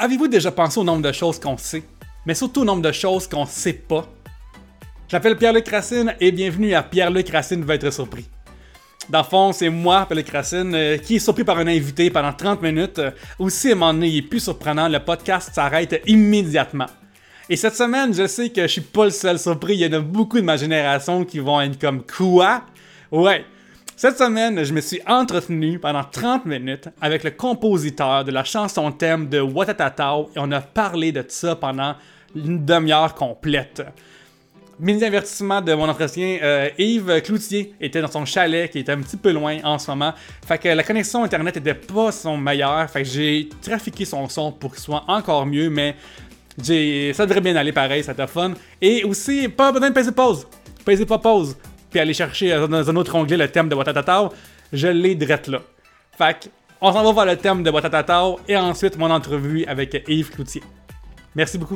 Avez-vous déjà pensé au nombre de choses qu'on sait, mais surtout au nombre de choses qu'on sait pas? Je m'appelle Pierre-Luc Racine et bienvenue à Pierre-Luc Racine va être surpris. Dans le fond, c'est moi, Pierre-Luc Racine, qui est surpris par un invité pendant 30 minutes. Aussi, à un moment donné, il est plus surprenant, le podcast s'arrête immédiatement. Et cette semaine, je sais que je suis pas le seul surpris, il y en a beaucoup de ma génération qui vont être comme « Quoi? » Ouais. Cette semaine, je me suis entretenu pendant 30 minutes avec le compositeur de la chanson thème de Watatatao et on a parlé de ça pendant une demi-heure complète. Mini avertissement de mon entretien, Yves Cloutier était dans son chalet qui était un petit peu loin en ce moment. Fait que la connexion internet était pas son meilleur. Fait que j'ai trafiqué son son pour qu'il soit encore mieux, mais ça devrait bien aller pareil, ça t'a fun. Et aussi, pas besoin de peser pause. Pesez pas pause. Puis aller chercher dans un autre onglet le thème de Watatatao. Je l'ai direct là. Fait que, on s'en va voir le thème de Watatatao et ensuite mon entrevue avec Yves Cloutier. Merci beaucoup.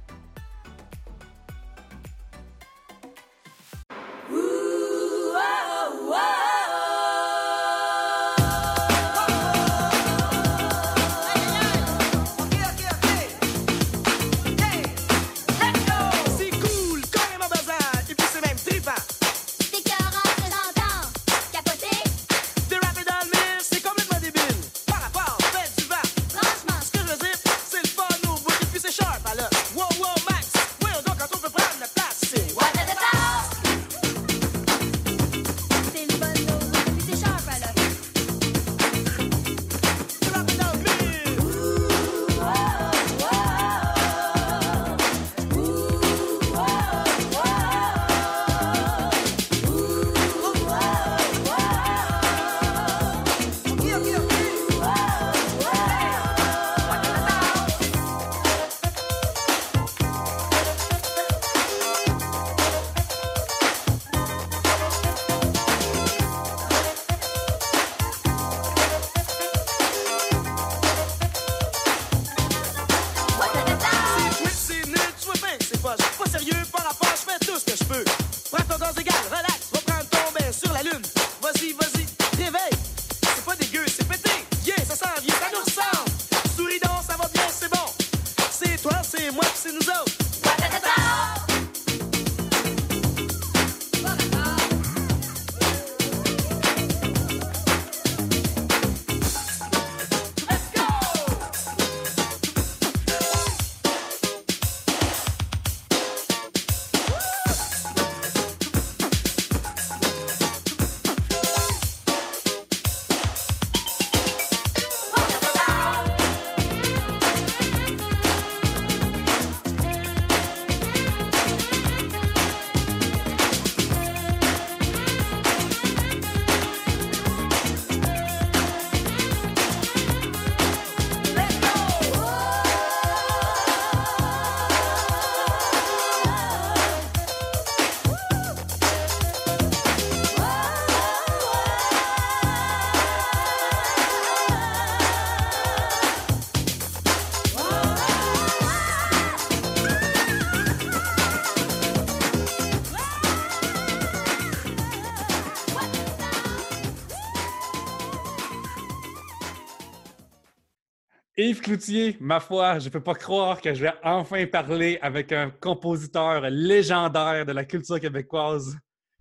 Yves Cloutier, ma foi, je peux pas croire que je vais enfin parler avec un compositeur légendaire de la culture québécoise.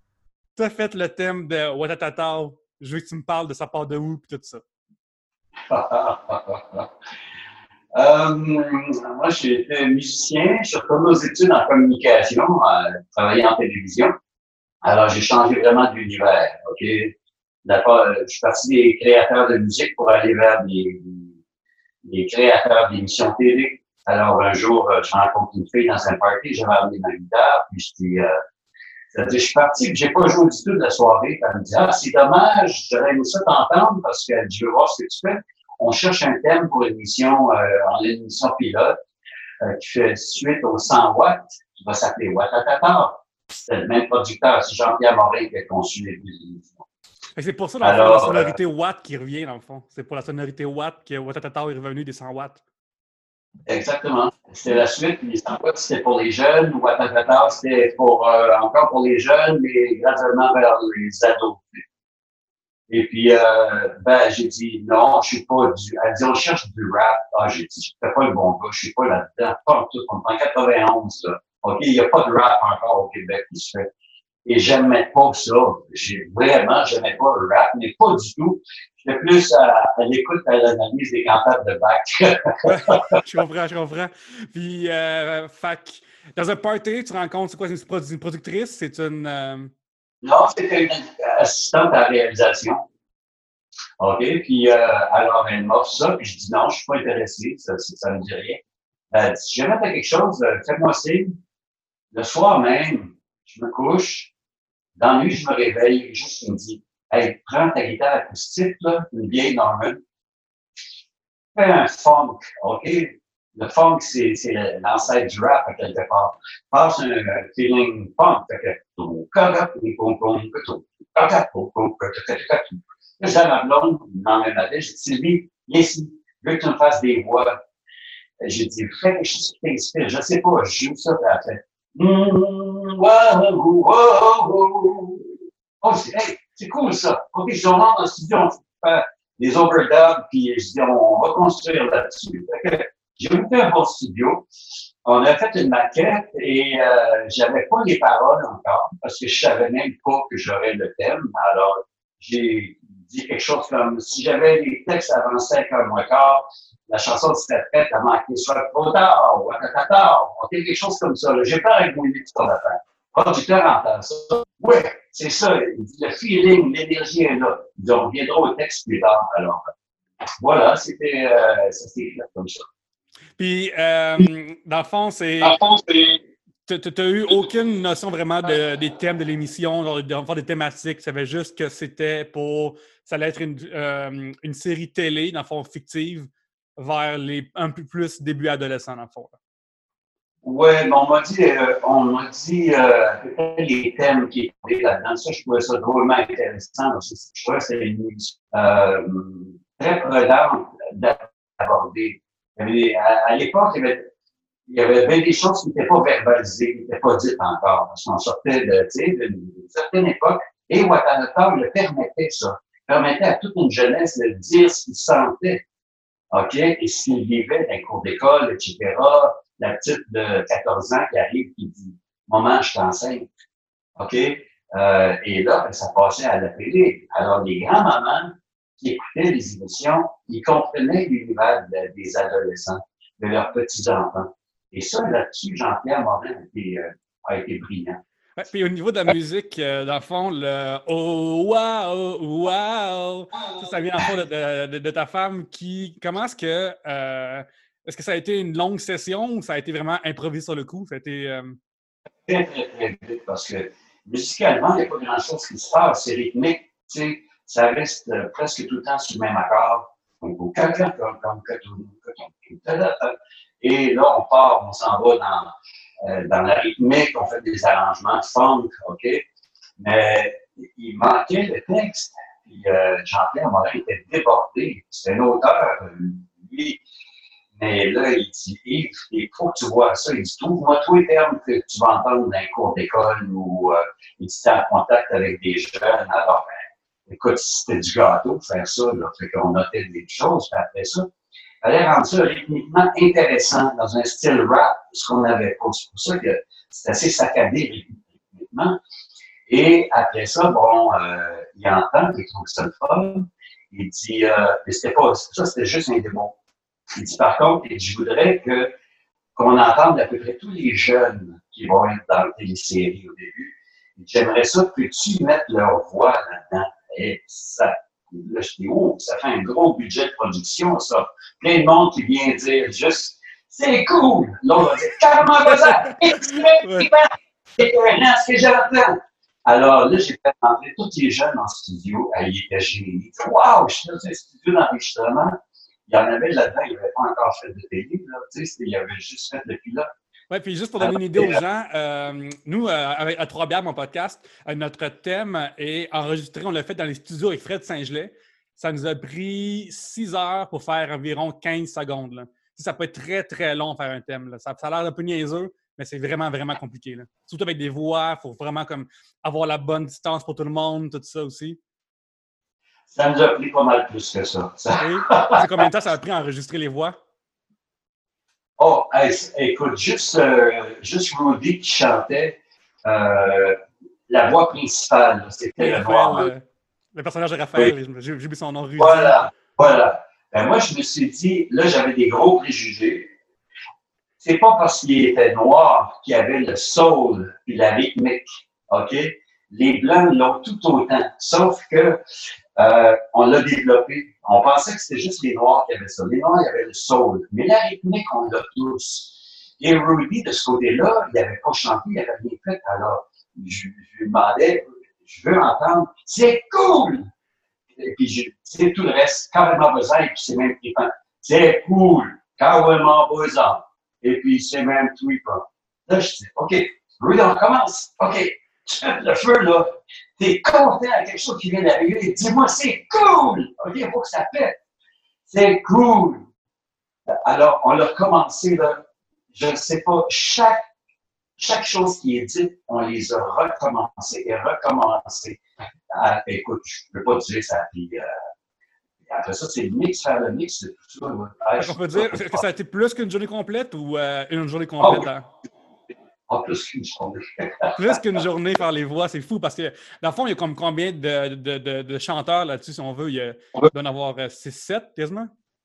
Tu as fait le thème de Watatatao. Je veux que tu me parles de ça part de où et tout ça. Moi, j'étais musicien. Je suis retourné aux études en communication, travaillé en télévision. Alors, j'ai changé vraiment d'univers. OK? D'abord, je suis parti des créateurs de musique pour aller vers des créateurs d'émissions télé. Alors, un jour, je rencontre une fille dans un party, j'avais amené ma guitare, puis je suis parti, puis j'ai pas joué du tout de la soirée. Puis elle me dit, ah, c'est dommage, j'aurais aimé ça t'entendre, parce qu'elle dit, je veux voir ce que tu fais. On cherche un thème pour une émission, en émission pilote, qui fait suite au 100 watts, qui va s'appeler Watatatao. C'était le même producteur, c'est Jean-Pierre Morin qui a conçu les deux émissions. C'est pour ça, dans le fond, la sonorité Watt qui revient, dans le fond. C'est pour la sonorité Watt que Watatatao est revenu des 100 watts. Exactement. C'était la suite. Les 100 watts, c'était pour les jeunes. Watatatao, c'était encore pour les jeunes, mais graduellement vers les ados. Et puis, ben, j'ai dit, non, je suis pas du, elle dit, on cherche du rap. Ah, j'ai dit, je fais pas le bon gars, je suis pas là-dedans, pas en tout, on est en 91, là. OK, il y a pas de rap encore au Québec qui se fait. Et j'aimais pas ça. J'aimais pas le rap, mais pas du tout. J'étais plus à l'écoute, à l'analyse des cantates de Bach. Ouais, je comprends. Puis, dans un party, tu rencontres, c'est quoi, c'est une productrice? C'est une... Non, c'était une assistante à la réalisation. OK? Puis, alors, elle m'offre ça, puis je dis non, je suis pas intéressé, ça me dit rien. Elle dit, si jamais t'as quelque chose, fais-moi signe. Le soir même, je me couche. Dans la nuit, je me réveille, juste, il me dit, hey, prends ta guitare acoustique, là, une vieille Norman, fais un funk, OK? Le funk, c'est l'ancêtre du rap, à quelque part. Passe un feeling funk, fait que, là, j'ai ma blonde, dans le matin, j'ai dit, Sylvie, viens ici, je veux que tu me fasses des voix. J'ai dit, fais quelque chose qui t'inspire, je sais pas, je joue ça, puis elle fait, wow, wow, wow. Oh, je dis, hey, c'est cool ça. OK, je rentre dans le studio, on fait des overdubs, puis je dis, on va construire là-dessus. Fait que j'ai ouvert un bon studio. On a fait une maquette et j'avais pas les paroles encore parce que je savais même pas que j'aurais le thème. Alors, j'ai dit quelque chose comme, si j'avais les textes avant 5h moins quart, la chanson serait prête à manquer soit trop tard ou à tard. OK, quelque chose comme ça. J'ai pas régouillé tout ça d'affaires. Le producteur entend ça. Ouais, c'est ça. Le feeling, l'énergie est là. On reviendra au texte plus tard. Alors, voilà, ça s'est fait comme ça. Puis, dans le fond, tu n'as eu aucune notion vraiment des thèmes de l'émission, genre des thématiques. Tu savais juste que ça allait être une série télé, dans le fond, fictive, vers un peu plus début adolescent, dans le fond. Ouais, mais on m'a dit les thèmes qui étaient là-dedans. Ça, je trouvais ça drôlement intéressant. Je trouvais que c'était une émission très prudente d'aborder. À l'époque, il y avait bien des choses qui n'étaient pas verbalisées, qui n'étaient pas dites encore. Parce qu'on sortait d'une certaine époque. Et Watatata le permettait, ça. Il permettait à toute une jeunesse de dire ce qu'il sentait. OK? Et ce qu'il vivait dans les cours d'école, etc. La petite de 14 ans qui arrive qui dit, maman, je t'enseigne. OK? Et là, ben, ça passait à la télé. Alors, les grands-mamans qui écoutaient les émissions, ils comprenaient l'univers des adolescents, de leurs petits-enfants. Et ça, là-dessus, Jean-Pierre Morin a été brillant. Ouais, puis au niveau de la musique, dans le fond, le oh wow, wow, ça vient en fond de ta femme comment est-ce que ça a été une longue session ou ça a été vraiment improvisé sur le coup? Ça a été. Très, très, très vite parce que musicalement, il n'y a pas grand-chose qui se passe. C'est rythmique, tu sais, ça reste presque tout le temps sur le même accord. Et là, on s'en va dans la rythmique, on fait des arrangements de funk, OK? Mais il manquait le texte. Puis Jean-Pierre Morin était débordé. C'est un auteur, lui. Mais là, il dit, Yves, il faut que tu vois ça. Il dit, trouve-moi tous les termes que tu vas entendre dans un cours d'école ou il dit, t'es en contact avec des jeunes. Alors, ben, écoute, c'était du gâteau de faire ça. Là. Fait qu'on notait des choses. Puis après ça, il fallait rendre ça rythmiquement intéressant dans un style rap, ce qu'on avait pas. C'est pour ça que c'est assez saccadé rythmiquement. Et après ça, bon, il entend, il trouve ça le fun. Il dit, mais c'était pas ça, c'était juste un démon. Il dit, par contre, je voudrais qu'on entende à peu près tous les jeunes qui vont être dans la télésérie au début. J'aimerais ça, peux-tu mettre leur voix là-dedans? Et ça, là, je dis, oh, ça fait un gros budget de production, ça. Plein de monde qui vient dire juste, c'est cool! L'autre va dire, carrément pas ça! C'est ce que j'entends! Alors là, j'ai fait rentrer tous les jeunes en studio. Ils étaient géniaux. Waouh, je suis dans un studio d'enregistrement. Il y en avait là-dedans, il n'avait pas encore fait de télé. Là, il avait juste fait le pilote. Oui, puis juste pour donner une idée aux gens, nous, à Trois-Bières, mon podcast, notre thème est enregistré, on l'a fait dans les studios avec Fred Saint-Gelais. Ça nous a pris 6 heures pour faire environ 15 secondes. Là. Ça peut être très, très long faire un thème. Là. Ça a l'air un peu niaiseux, mais c'est vraiment, vraiment compliqué. Là. Surtout avec des voix, il faut vraiment comme avoir la bonne distance pour tout le monde, tout ça aussi. Ça nous a pris pas mal plus que ça. Oui. C'est combien de temps ça a pris à enregistrer les voix? Oh, hey, écoute, juste Rudy qui chantait la voix principale, Oui, c'était le noir. Raphaël, le personnage de Oui, Raphaël, j'ai oublié son nom, Rudy. voilà, voilà. Ben, moi, je me suis dit, là, j'avais des gros préjugés. C'est pas parce qu'il était noir qu'il avait le soul et la rythmique, OK? Les Blancs l'ont tout autant, sauf que on l'a développé. On pensait que c'était juste les Noirs qui avaient ça. Les Noirs, il y avait le soul. Mais la rythmique, on l'a tous. Et Rudy, de ce côté-là, il n'avait pas chanté, il n'avait rien fait. Alors, je lui demandais, je veux entendre, c'est cool! Et puis, c'est tout le reste, carrément besoin, et puis c'est même trippant. C'est cool, carrément besoin. Et puis, c'est même trippant. Là, je dis, OK, Rudy, on commence. OK, tu fais le feu, là. T'es content à quelque chose qui vient d'arriver. Dis-moi, c'est cool! OK, il faut que ça pète. C'est cool! Alors, on l'a commencé, là. Je ne sais pas, chaque chose qui est dite, on les a recommencées et recommencées. Ah, écoute, je ne peux pas dire ça. Puis, après ça, c'est le mix, faire le mix de tout ça. Ah, On peut dire que ça a été plus qu'une journée complète ou une journée oh, complète? Hein? plus qu'une journée. Plus qu'une journée faire les voix, c'est fou parce que dans le fond, il y a comme combien de chanteurs là-dessus, si on veut? Il doit en avoir 6-7 quasiment?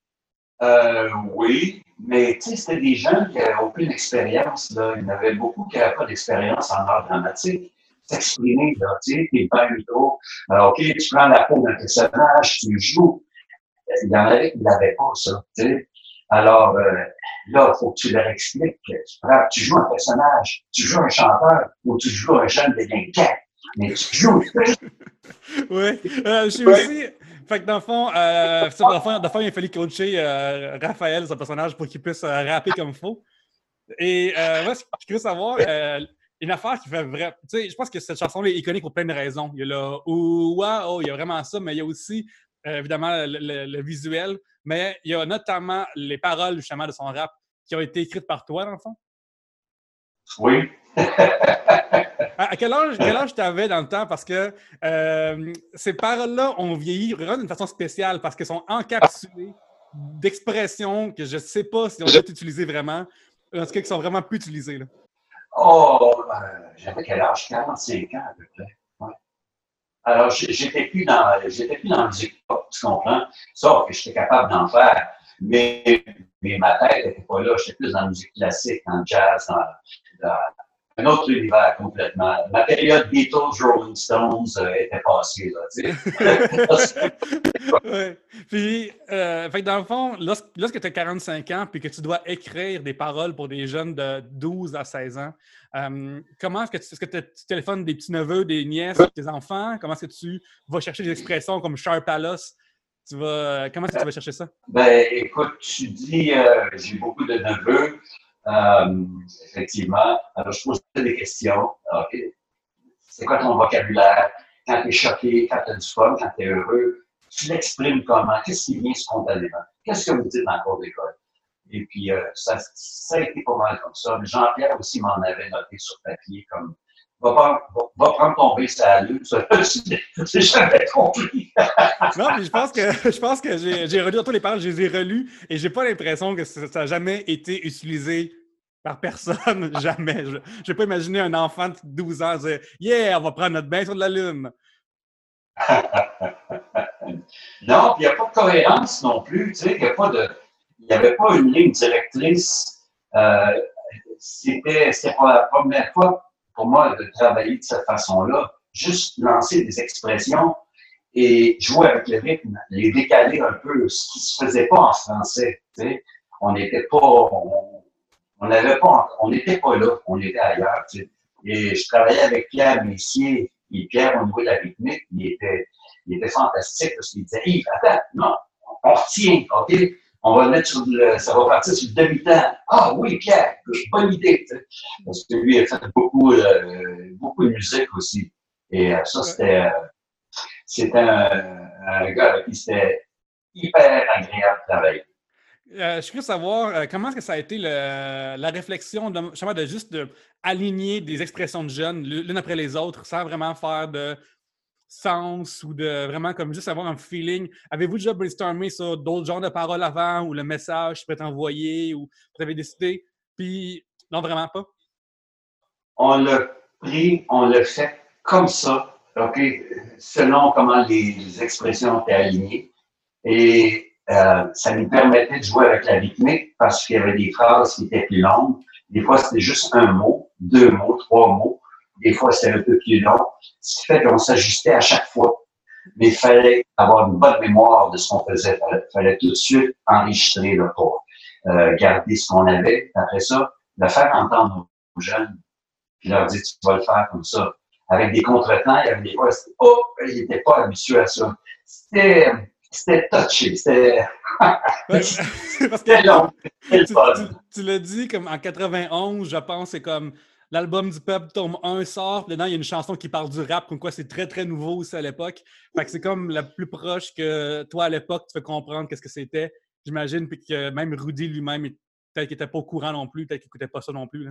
Oui, mais tu sais, c'était des gens qui n'avaient aucune expérience. Là. Il y en avait beaucoup qui n'avaient pas d'expérience en art dramatique. S'exprimer, là, tu sais, t'es pas plutôt. Alors, OK, tu prends la peau d'un personnage, tu joues. Il y en avait qui n'avaient pas ça, tu sais. Alors, là, il faut que tu leur expliques. Tu joues un personnage, tu joues un chanteur ou tu joues un jeune délinquant. Mais tu joues. Oui, je suis aussi. Fait que dans le fond, il a fallu coacher Raphaël, son personnage, pour qu'il puisse rapper comme il faut. Et moi, je suis curieux de savoir une affaire qui fait vrai. Tu sais, je pense que cette chanson-là est iconique pour plein de raisons. Il y a le ouh, wow, il y a vraiment ça, mais il y a aussi évidemment le visuel, mais il y a notamment les paroles justement de son rap qui ont été écrites par toi, dans le fond. Oui. À quel âge tu avais dans le temps? Parce que ces paroles-là ont vieilli vraiment d'une façon spéciale parce qu'elles sont encapsulées d'expressions que je ne sais pas si on peut utiliser vraiment. En tout cas, qui sont vraiment plus utilisées. Là. Oh, j'avais quel âge? 45 ans à peu près. Ouais. Alors, j'étais plus dans la musique pop, tu comprends? Sauf que j'étais capable d'en faire. Mais ma tête n'était pas là. J'étais plus dans la musique classique, dans le jazz, dans un autre univers complètement. Ma période Beatles, Rolling Stones était passée, là, tu sais. Ouais. Puis, fait que dans le fond, lorsque tu as 45 ans puis que tu dois écrire des paroles pour des jeunes de 12 à 16 ans, comment est-ce que tu téléphones des petits-neveux, des nièces, tes enfants? Comment est-ce que tu vas chercher des expressions comme Sharp Palace? Comment est-ce que tu vas chercher ça? Ben, écoute, tu dis, j'ai beaucoup de neveux. Effectivement. Alors, je pose des questions. OK. C'est quoi ton vocabulaire? Quand tu es choqué, quand tu as du fun, quand tu es heureux, tu l'exprimes comment? Qu'est-ce qui vient spontanément? Qu'est-ce que vous dites dans le cours d'école? Et puis, ça a été pas mal comme ça. Mais Jean-Pierre aussi m'en avait noté sur papier comme va prendre ton B, ça lune. J'ai jamais compris. Non, mais je pense que j'ai relu tous les paroles, je les ai relus et j'ai pas l'impression que ça n'a jamais été utilisé par personne, jamais. Je n'ai pas imaginé un enfant de 12 ans dire « Yeah, on va prendre notre bain sur de la lune ». Non, puis il n'y a pas de cohérence non plus. Tu sais, il n'y avait pas une ligne directrice. C'était pour la première fois pour moi de travailler de cette façon-là. Juste lancer des expressions et jouer avec le rythme, les décaler un peu, ce qui se faisait pas en français. Tu sais. On n'était pas, on n'était pas là, on était ailleurs. Tu sais. Et je travaillais avec Pierre Messier, et Pierre, au niveau de la rythmique, il était fantastique parce qu'il disait, Yves, attends, non, on retient, OK? On va le mettre ça va partir sur le demi-temps. Ah oui, Pierre, bonne idée. Tu sais. Parce que lui, il a fait beaucoup de musique aussi. Et ça, c'était un gars avec qui c'était hyper agréable de travailler. Je suis curieux de savoir comment est-ce que ça a été la réflexion de juste aligner des expressions de jeunes l'une après les autres sans vraiment faire de sens ou de vraiment comme juste avoir un feeling? Avez-vous déjà brainstormé sur d'autres genres de paroles avant ou le message peut être envoyé ou vous avez décidé? Puis, non, vraiment pas? On l'a pris, on l'a fait comme ça, OK, selon comment les expressions étaient alignées. Et ça nous permettait de jouer avec la rythmique parce qu'il y avait des phrases qui étaient plus longues. Des fois, c'était juste un mot, 2 mots, 3 mots. Des fois, c'était un peu plus long. Ce qui fait qu'on s'ajustait à chaque fois. Mais il fallait avoir une bonne mémoire de ce qu'on faisait. Il fallait tout de suite enregistrer là, pour garder ce qu'on avait. Après ça, le faire entendre aux jeunes, puis leur dire, tu vas le faire comme ça. Avec des contretemps, il y avait des fois, ils n'étaient pas habitués à ça. C'était touché, c'était long, c'était fun. Tu l'as dit, comme en 91, je pense, c'est comme l'album du peuple tome 1 sort, dedans il y a une chanson qui parle du rap, comme quoi c'est très très nouveau aussi à l'époque. Fait que c'est comme la plus proche que toi à l'époque, tu fais comprendre qu'est-ce que c'était, j'imagine, puis que même Rudy lui-même, peut-être qu'il n'était pas au courant non plus, peut-être qu'il n'écoutait pas ça non plus.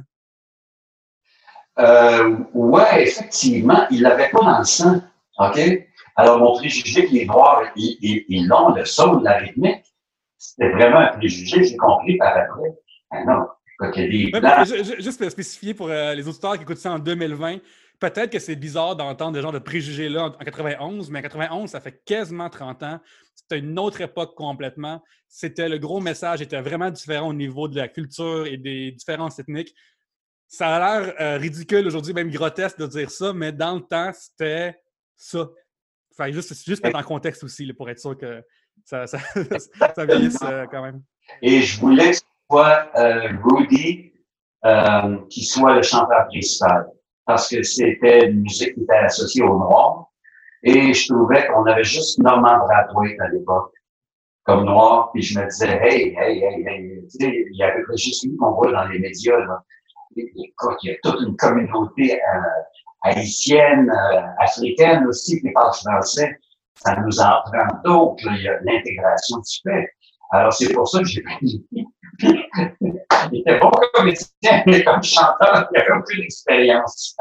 Ouais, effectivement, il l'avait pas dans le sang, OK? Alors, mon préjugé que les Noirs, ils l'ont, le son de la rythmique, c'était vraiment un préjugé, j'ai compris par après. Ah non, écoute, il y a des Blancs. Juste pour spécifier pour les auditeurs qui écoutent ça en 2020, peut-être que c'est bizarre d'entendre ce genre de préjugés-là en 91, mais en 91, ça fait quasiment 30 ans. C'était une autre époque complètement. C'était le gros message était vraiment différent au niveau de la culture et des différences ethniques. Ça a l'air ridicule aujourd'hui, même grotesque de dire ça, mais dans le temps, c'était ça. Fait juste mettre en contexte aussi, là, pour être sûr que ça vieillisse quand même. Et je voulais que ce soit Rudy qui soit le chanteur principal, parce que c'était une musique qui était associée au noir. Et je trouvais qu'on avait juste Norman Brathwaite à l'époque, comme noir, puis je me disais, hey, tu sais, il y avait juste lui qu'on voit dans les médias, là. Écoute, il y a toute une communauté haïtienne, africaine aussi qui parle français. Ça nous en prend d'autres. Il y a l'intégration du fait. Alors, c'est pour ça que j'ai pris. Il était bon comme comédien, mais comme chanteur, il avait aucune expérience.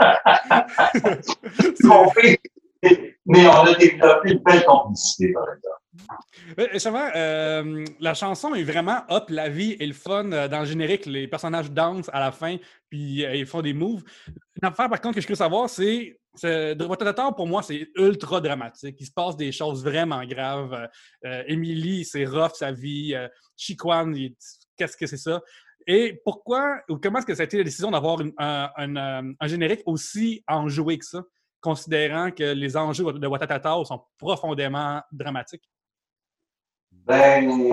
Mais on a développé une belle complicité, par exemple. Justement, la chanson est vraiment hop, la vie et le fun dans le générique. Les personnages dansent à la fin, puis ils font des moves. Une affaire, par contre, que je veux savoir, c'est Watatata, pour moi, c'est ultra dramatique. Il se passe des choses vraiment graves. Emily, c'est rough sa vie. Chiquan, qu'est-ce que c'est ça? Et pourquoi, ou comment est-ce que ça a été la décision d'avoir un générique aussi enjoué que ça, considérant que les enjeux de Watatata sont profondément dramatiques? Ben,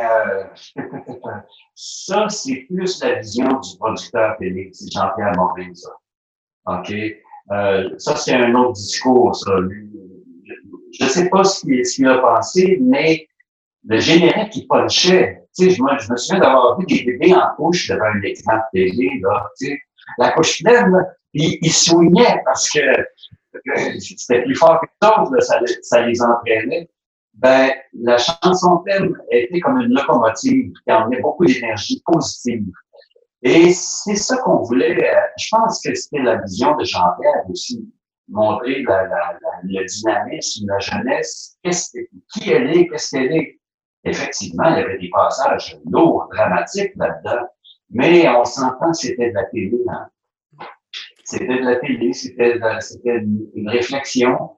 ça, c'est plus la vision du producteur Félix, Jean-Pierre Morin, ça. OK? Ça, c'est un autre discours, ça. Je ne sais pas ce qu'il a pensé, mais le générique, il punchait. Tu sais, moi, je me souviens d'avoir vu des bébés en couche devant un écran de télé, là, tu sais. La couche pleine, là, ils soignaient parce que c'était plus fort que les autres, là, ça les entraînait. Ben, la chanson thème était comme une locomotive qui emmenait beaucoup d'énergie positive. Et c'est ça qu'on voulait. Je pense que c'était la vision de Jean-Pierre aussi, montrer le dynamisme, la jeunesse, qui elle est, qu'est-ce qu'elle est. Effectivement, il y avait des passages lourds, dramatiques là-dedans, mais on s'entend que c'était de la télé. Hein? C'était de la télé, c'était une réflexion.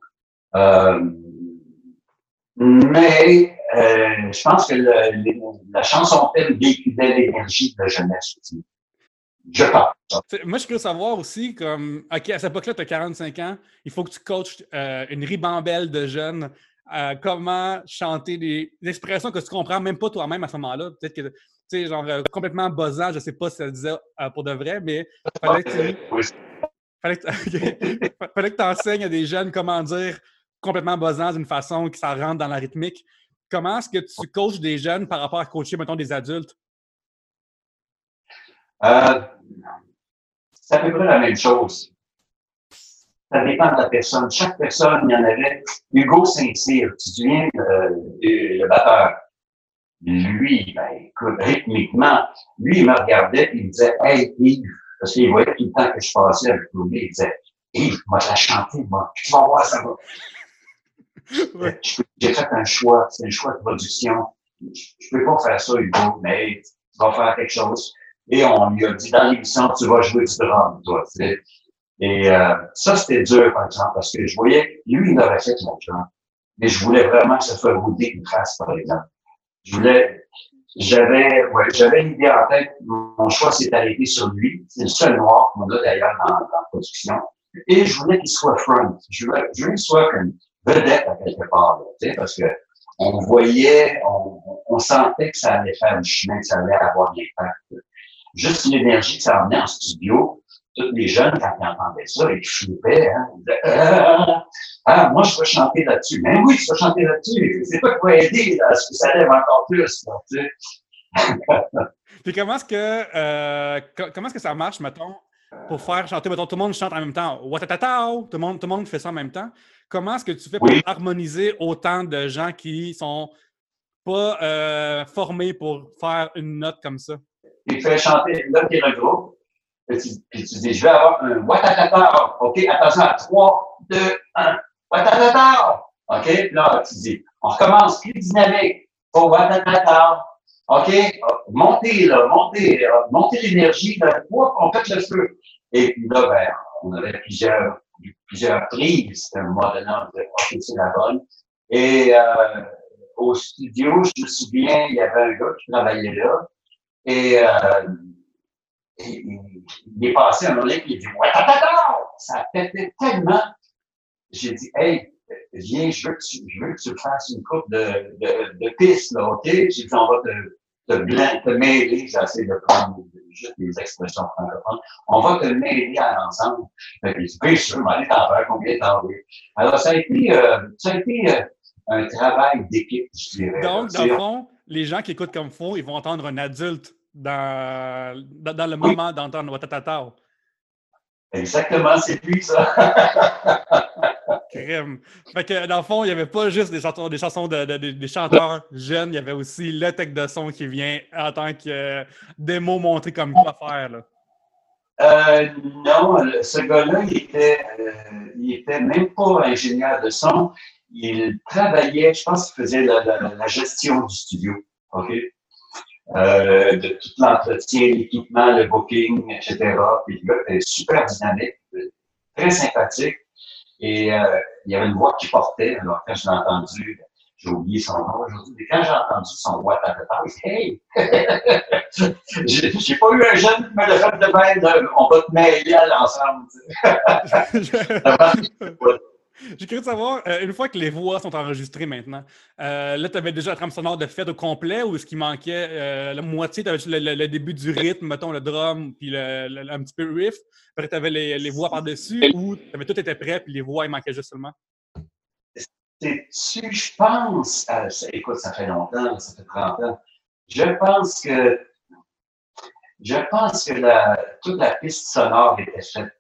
Mais je pense que la chanson thème véhiculait l'énergie de la jeunesse aussi. Je pense. Moi, je peux savoir aussi, comme, OK, à cette époque-là, tu as 45 ans, il faut que tu coaches une ribambelle de jeunes, comment chanter des expressions que tu comprends même pas toi-même à ce moment-là. Peut-être que, tu sais, genre, complètement buzzant, je sais pas si ça le disait pour de vrai, mais fallait que tu enseignes à des jeunes comment dire complètement buzzant d'une façon qui ça rentre dans la rythmique. Comment est-ce que tu coaches des jeunes par rapport à coacher, mettons, des adultes? C'est à peu près la même chose. Ça dépend de la personne. Chaque personne, il y en avait. Hugo Saint-Cyr, tu te souviens, le batteur. Lui, ben, écoute, rythmiquement, lui, il me regardait et il me disait, hey, Yves, parce qu'il voyait tout le temps que je passais avec lui, il disait, Yves, moi, je la chanter, moi, tu vas voir, ça va. Ouais. J'ai fait un choix, c'est un choix de production. Je peux pas faire ça, Hugo, mais tu vas faire quelque chose. Et on lui a dit dans l'émission, tu vas jouer du drum, toi. Et ça, c'était dur, par exemple, parce que je voyais, lui, il aurait fait mon genre. Mais je voulais vraiment que ce soit Rudy qui me fasse, par exemple. Je voulais, j'avais l'idée en tête. Mon choix s'est arrêté sur lui. C'est le seul noir qu'on a d'ailleurs dans la production. Et je voulais qu'il soit front. Je voulais qu'il soit comme vedette à quelque part, là, tu sais, parce que on voyait, on sentait que ça allait faire du chemin, que ça allait avoir de l'impact. Juste l'énergie que ça emmenait en studio. Tous les jeunes, quand ils entendaient ça, ils flippaient, hein. Ils disaient, moi, je vais chanter là-dessus. Mais oui, tu vas chanter là-dessus. C'est pas quoi aider, là, parce que ça lève encore plus, là, tu sais. Puis comment est-ce que ça marche, mettons, pour faire chanter, mettons, tout le monde chante en même temps, Watatatao, tout le monde fait ça en même temps. Comment est-ce que tu fais pour Oui. harmoniser autant de gens qui sont pas formés pour faire une note comme ça? Il fait chanter, là, tu regroupe, puis tu dis, je vais avoir un Watatatao. OK, attention à 3, 2, 1. Watatatao. OK, là, tu dis, on recommence, plus dynamique. Oh, Watatatao. OK, montez, là, montez l'énergie, là, on fait le feu. Et puis là, ben, on avait plusieurs prises. À un moment donné, on disait, OK, c'est la bonne. Et au studio, je me souviens, il y avait un gars qui travaillait là. Et il est passé un moment donné, puis il dit, ouais, ça pétait tellement. J'ai dit, hey, viens, je veux que tu fasses une coupe de pistes, là, OK? J'ai dit, on va te mêler, j'ai essayé de prendre juste des expressions francophones. On va te mêler à l'ensemble. Fait que, bien sûr, mais allez t'en faire combien de temps? Alors, ça a été un travail d'équipe, je dirais. Donc, dans le fond, les gens qui écoutent comme faux, ils vont entendre un adulte dans le moment d'entendre Watatatao. Exactement, c'est lui, ça. Crème. Fait que dans le fond, il n'y avait pas juste des chansons des chanteurs jeunes, il y avait aussi le tech de son qui vient en tant que démo montré comme quoi faire. Là. Non, ce gars-là, il était même pas ingénieur de son. Il travaillait, je pense qu'il faisait la gestion du studio. OK? De tout l'entretien, l'équipement, le booking, etc. Puis le gars était super dynamique, très sympathique. Et il y avait une voix qui portait. Alors, quand je l'ai entendu, j'ai oublié son nom aujourd'hui, mais quand j'ai entendu son voix à la tête, hey! J'ai pas eu un jeune qui me l'a fait de même, on va te mêler à l'ensemble. J'ai cru de savoir, une fois que les voix sont enregistrées maintenant, là, tu avais déjà la trame sonore de fait au complet ou est-ce qu'il manquait la moitié? Tu avais le début du rythme, mettons le drum, puis un petit peu riff. Après, tu avais les voix par-dessus ou tout était prêt, puis les voix, il manquait juste seulement? Je pense, écoute, ça fait longtemps, ça fait 30 ans. Je pense que toute la piste sonore était faite.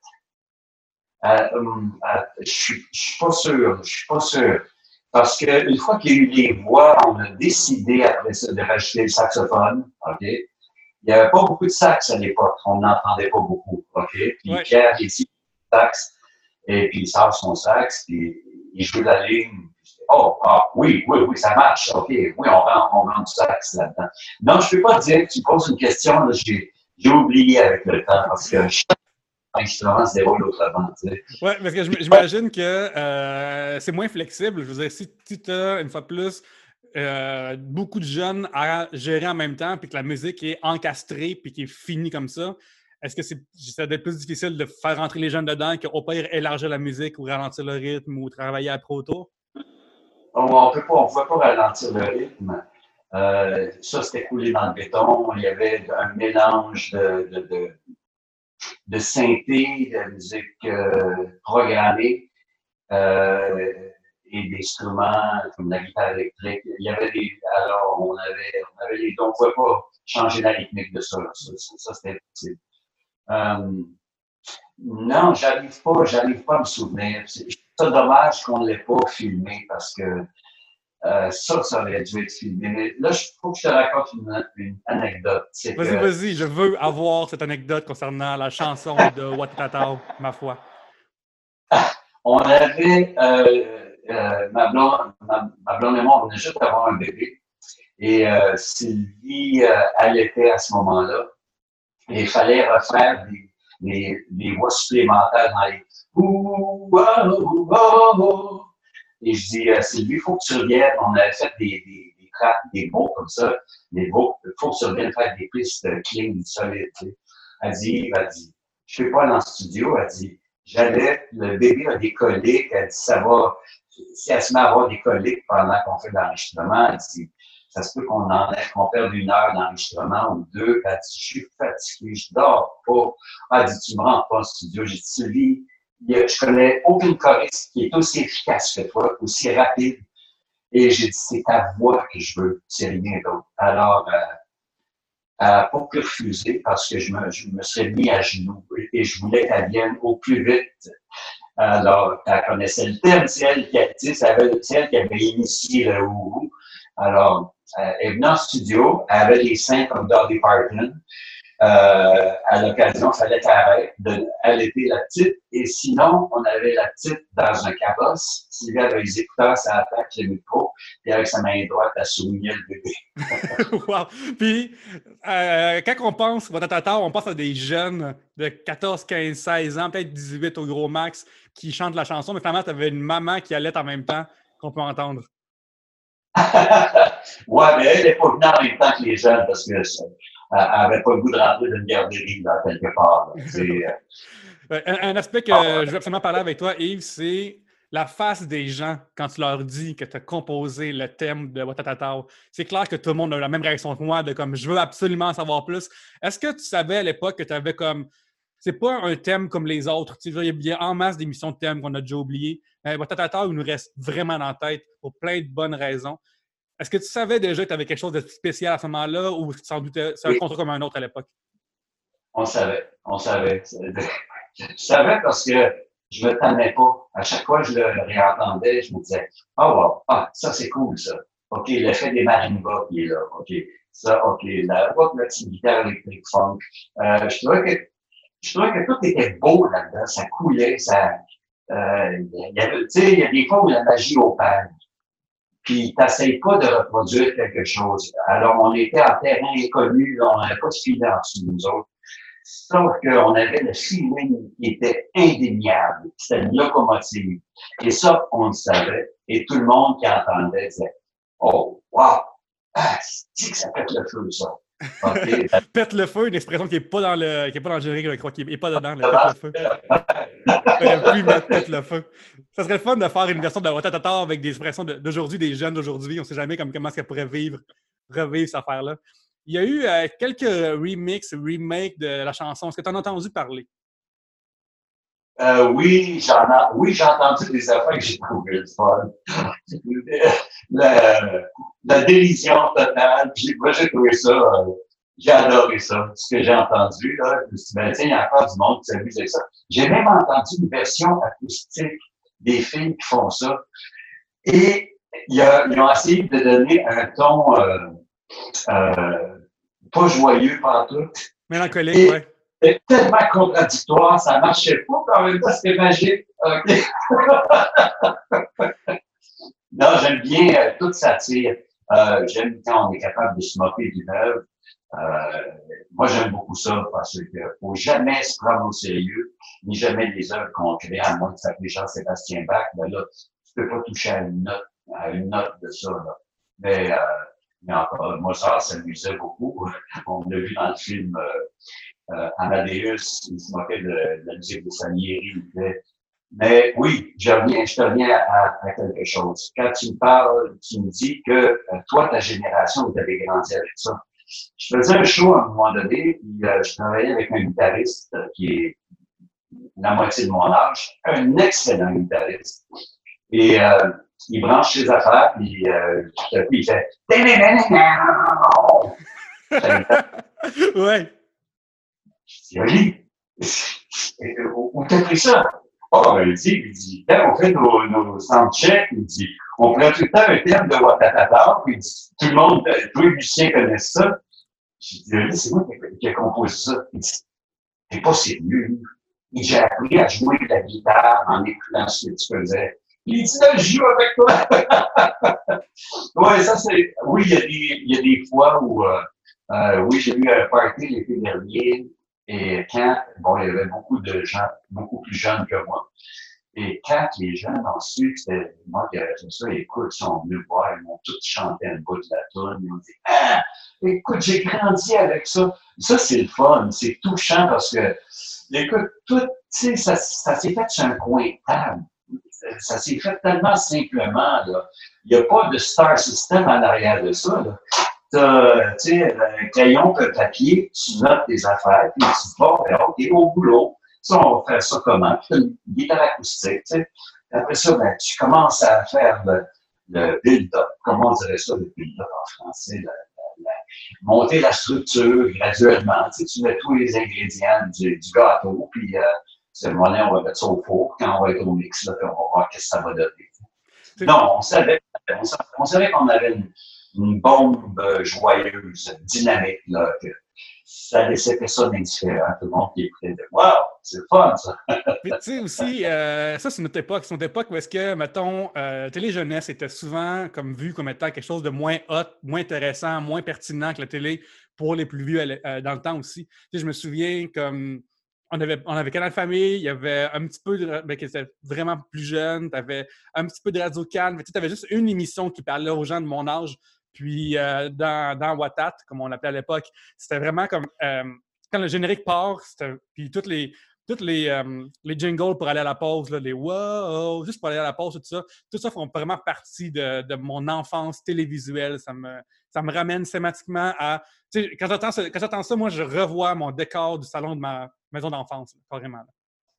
Je suis pas sûr. Parce qu'une fois qu'il y a eu les voix, on a décidé après ça de rajouter le saxophone. OK? Il n'y avait pas beaucoup de sax à l'époque. On n'entendait pas beaucoup. OK? Puis Pierre ici, sax, et puis il sort son sax, puis il joue la ligne. Oui, ça marche. OK, oui, on rend du sax là-dedans. Non, je ne peux pas te dire que tu poses une question, là, j'ai oublié avec le temps parce que chaque instrument se déroule autrement. Oui, parce que j'imagine que c'est moins flexible. Je veux dire, si tu as une fois plus beaucoup de jeunes à gérer en même temps, puis que la musique est encastrée, puis qui est finie comme ça, est-ce que ça doit être plus difficile de faire rentrer les jeunes dedans qu'au pire élargir la musique ou ralentir le rythme ou travailler après autour? On ne pouvait pas ralentir le rythme. Ça, c'était coulé dans le béton. Il y avait un mélange de synthé, de musique programmée et d'instruments comme la guitare électrique. Il y avait alors on avait les dons. On ne pouvait pas changer la rythmique de ça. Ça c'était possible. Non, j'arrive pas à me souvenir. C'est dommage qu'on ne l'ait pas filmé parce que ça aurait dû être filmé. Mais là, il faut que je te raconte une anecdote. Vas-y, je veux avoir cette anecdote concernant la chanson de Watatatao, ma foi. On avait ma blonde et moi, on venait juste d'avoir un bébé. Et Sylvie allaitait à ce moment-là. Et il fallait refaire des voix supplémentaires dans les ouh, oh, oh, oh, oh. Et je dis, Sylvie, il faut que tu reviennes. On avait fait des tracks, des mots comme ça. Il faut que tu reviennes faire des pistes clean, solides. Tu sais. Elle dit, je ne fais pas dans le studio. Elle dit, le bébé a des coliques. Elle dit, ça va, si elle se met à avoir des coliques pendant qu'on fait l'enregistrement, elle dit, ça se peut qu'on perde 1 heure d'enregistrement ou 2. Elle dit, je suis fatigué, je dors pas. Elle dit, tu me rends pas au studio. J'ai dit, Sylvie, je connais aucune choriste qui est aussi efficace que toi, aussi rapide. Et j'ai dit, c'est ta voix que je veux, c'est rien d'autre. Alors, elle n'a pas pu refuser parce que je me serais mis à genoux et je voulais qu'elle vienne au plus vite. Alors, elle connaissait le thème, c'est elle qui avait initié le Ouhou. Alors, elle est venue en studio, elle avait des seins comme Dolly Parton. À l'occasion, il fallait qu'elle allaiter la petite. Et sinon, on avait la petite dans un carrosse. Sylvie avait les écouteurs à la tête, le micro, puis avec sa main droite, elle soulignait le bébé. Wow! Puis, quand on pense, on pense à des jeunes de 14, 15, 16 ans, peut-être 18 au gros max, qui chantent la chanson, mais finalement, tu avais une maman qui allait en même temps, qu'on peut entendre. Ouais, mais elle n'est pas venue en même temps que les jeunes, parce que n'avait pas le goût de rentrer d'une garderie, là, quelque part. Un aspect que je veux absolument parler avec toi, Yves, c'est la face des gens quand tu leur dis que tu as composé le thème de Watatatao. C'est clair que tout le monde a la même réaction que moi, de comme je veux absolument en savoir plus. Est-ce que tu savais à l'époque que tu avais comme. C'est pas un thème comme les autres. Tu sais, il y a en masse d'émissions de thèmes qu'on a déjà oubliées. Watatatao, il nous reste vraiment dans la tête pour plein de bonnes raisons. Est-ce que tu savais déjà que tu avais quelque chose de spécial à ce moment-là ou sans doute c'est un contrat comme un autre à l'époque? On savait. Je savais parce que je me tannais pas. À chaque fois que je le réentendais, je me disais, wow, ça c'est cool ça. OK, l'effet des marimbas qui est là. OK, ça, OK, la petite guitare électrique funk. Je trouvais que tout était beau là-dedans, ça coulait, il y a des fois où la magie opère. Puis t'essayes pas de reproduire quelque chose. Alors, on était en terrain inconnu, là, on n'avait pas de filet en dessous de nous autres. Sauf qu'on avait le feeling qui était indéniable. C'était une locomotive. Et ça, on le savait. Et tout le monde qui entendait disait, oh, wow, c'est que ça pète le feu, ça. Okay. Pète le feu, une expression qui n'est pas dans le générique, je crois, qui n'est pas dedans, le pète le feu. J'aurais pu mettre pète le feu. Ça serait le fun de faire une version de Watatata avec des expressions d'aujourd'hui, des jeunes d'aujourd'hui. On ne sait jamais comment ça pourrait revivre cette affaire-là. Il y a eu quelques remakes de la chanson. Est-ce que tu en as entendu parler? Oui, j'ai entendu des affaires que j'ai trouvées le fun. La dérision totale. Moi, j'ai trouvé ça, j'ai adoré ça. Ce que j'ai entendu, là, je me suis dit, ben, tiens, il y a encore du monde qui s'amuse avec ça. J'ai même entendu une version acoustique des filles qui font ça. Et ils ont essayé de donner un ton pas joyeux partout. Mélancolique, oui. C'était tellement contradictoire, ça marchait pas, mais en même temps, c'était magique. Okay. Non, j'aime bien toute satire. J'aime quand on est capable de se moquer d'une œuvre. Moi, j'aime beaucoup ça parce que faut jamais se prendre au sérieux, ni jamais les œuvres qu'on crée, à moins que ça s'appelle Jean-Sébastien Bach. Ben là, tu peux pas toucher à une note de ça, là. Mais encore, Mozart s'amusait beaucoup. On l'a vu dans le film Amadeus, il se moquait de la musique de Salieri. Mais oui, je te reviens à quelque chose. Quand tu me parles, tu me dis que toi, ta génération, vous avez grandi avec ça. Je faisais un show à un moment donné, puis je travaillais avec un guitariste qui est la moitié de mon âge, un excellent guitariste. Et il branche ses affaires, puis tout à coup, il fait ouais. Je dis, Ali, où t'as pris ça? Oh, il dit, quand on fait nos soundchecks, il dit, on prend tout le temps un thème de Watatata, puis il dit, tout le monde, tous les musiciens connaissent ça. Je dis, Ali, c'est moi qui ai composé ça. Il dit, t'es pas sérieux. J'ai appris à jouer de la guitare en écoutant ce que tu faisais. Il dit, là, je joue avec toi. Ouais, ça, c'est. Oui, il y a des fois où, oui, j'ai eu un party l'été dernier et quand, bon, il y avait beaucoup de gens, beaucoup plus jeunes que moi. Et quand les jeunes ensuite, c'était moi qui avais fait ça, écoute, ils sont venus me voir, ils m'ont tous chanté un bout de la tune, ils m'ont dit, ah, écoute, j'ai grandi avec ça. Ça, c'est le fun, c'est touchant parce que, écoute, tout, tu sais, ça s'est fait sur un coin de table. Ça s'est fait tellement simplement, là. Il n'y a pas de star system en arrière de ça, là. T'as, tu sais, un crayon, un papier, tu notes tes affaires, puis tu te dis, bon, ben, OK, au boulot. Ça, on va faire ça comment? Puis, tu as une guitare acoustique, tu sais. Après ça, ben, tu commences à faire le build-up. Comment on dirait ça, le build-up en français? Monter la structure graduellement. Tu sais, tu mets tous les ingrédients du gâteau, puis c'est le moment on va mettre ça au four. Quand on va être au mix, là, puis on va voir qu'est-ce que ça va donner. Non, on savait qu'on avait une bombe joyeuse, dynamique, là, que ça laissait personne indifférent. Tout le monde qui écoutait de wow, c'est fun, ça. Mais tu sais aussi, ça c'est notre époque. C'est notre époque où est-ce que, mettons, télé jeunesse était souvent comme vu comme étant quelque chose de moins hot, moins intéressant, moins pertinent que la télé pour les plus vieux dans le temps aussi. Tu sais, je me souviens comme on avait Canal Famille, il y avait un petit peu de qui était vraiment plus jeune, tu avais un petit peu de Radio Cannes, tu avais juste une émission qui parlait aux gens de mon âge. Puis dans Watat, comme on l'appelait à l'époque, c'était vraiment comme quand le générique part, puis toutes les jingles pour aller à la pause, là, les wow, juste pour aller à la pause, tout ça font vraiment partie de mon enfance télévisuelle. Ça me ramène thématiquement à. Tu sais, quand j'entends ça, moi, je revois mon décor du salon de ma maison d'enfance, là, carrément. Là.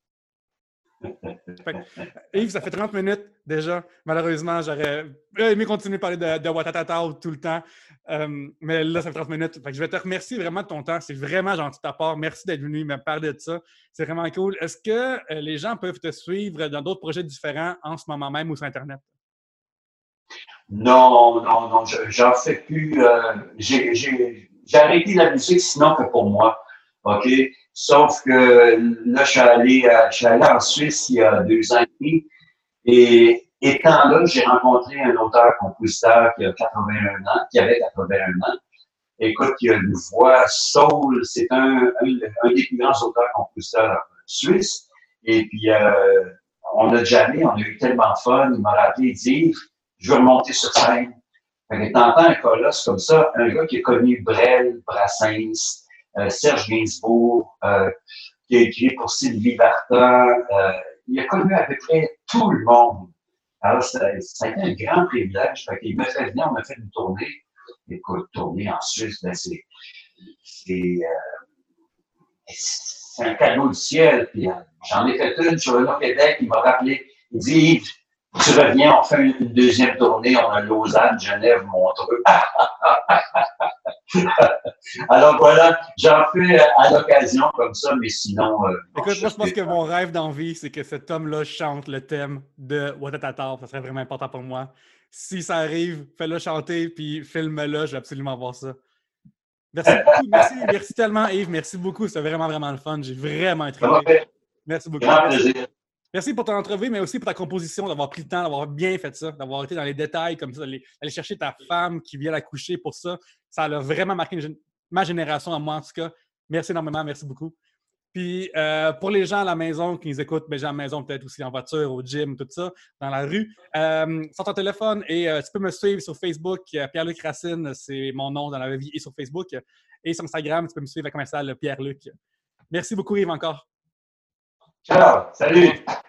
Yves, ça fait 30 minutes déjà. Malheureusement, j'aurais aimé continuer à parler de Watatata tout le temps. Mais là, ça fait 30 minutes. Fait que je vais te remercier vraiment de ton temps. C'est vraiment gentil de ta part. Merci d'être venu me parler de ça. C'est vraiment cool. Est-ce que les gens peuvent te suivre dans d'autres projets différents en ce moment même ou sur Internet? Non, j'en fais plus. J'ai arrêté la musique sinon que pour moi. OK? Sauf que là, je suis allé en Suisse il y a 2 ans et demi. Et étant là, j'ai rencontré un auteur-compositeur qui a 81 ans, qui avait 81 ans. Écoute, il a une voix soul. C'est un des plus grands auteurs-compositeurs suisses. Et puis, on a jamais, on a eu tellement de fun. Il m'a rappelé, il dit, je veux remonter sur scène. Fait que t'entends un colosse comme ça, un gars qui a connu Brel, Brassens, Serge Gainsbourg, qui a écrit pour Sylvie Vartan, il a connu à peu près tout le monde. Alors, ça a été un grand privilège. Fait qu'il m'a fait venir, on a fait une tournée. Écoute, tournée en Suisse, ben c'est un cadeau du ciel. Puis, j'en ai fait une sur le Nord-Québec, il m'a rappelé, il dit, tu reviens, on fait une deuxième tournée, on a Lausanne, Genève, Montreux. Alors voilà, j'en fais à l'occasion comme ça, mais sinon. Écoute, moi je pense que mon rêve d'envie, c'est que cet homme-là chante le thème de Watatata. Ça serait vraiment important pour moi. Si ça arrive, fais-le chanter, puis filme-le, je vais absolument voir ça. Merci beaucoup, merci tellement Yves, merci beaucoup, c'était vraiment, vraiment le fun. J'ai vraiment été Merci beaucoup. Grand plaisir. Merci pour ton entrevue, mais aussi pour ta composition, d'avoir pris le temps, d'avoir bien fait ça, d'avoir été dans les détails comme ça, aller chercher ta femme qui vient la coucher pour ça. Ça a vraiment marqué ma génération, à moi en tout cas. Merci énormément, merci beaucoup. Puis pour les gens à la maison qui nous écoutent, ben, gens à la maison, peut-être aussi en voiture, au gym, tout ça, dans la rue, sors ton téléphone et tu peux me suivre sur Facebook. Pierre-Luc Racine, c'est mon nom dans la vie et sur Facebook. Et sur Instagram, tu peux me suivre à commercial Pierre-Luc. Merci beaucoup, Yves, encore. Ciao, salut!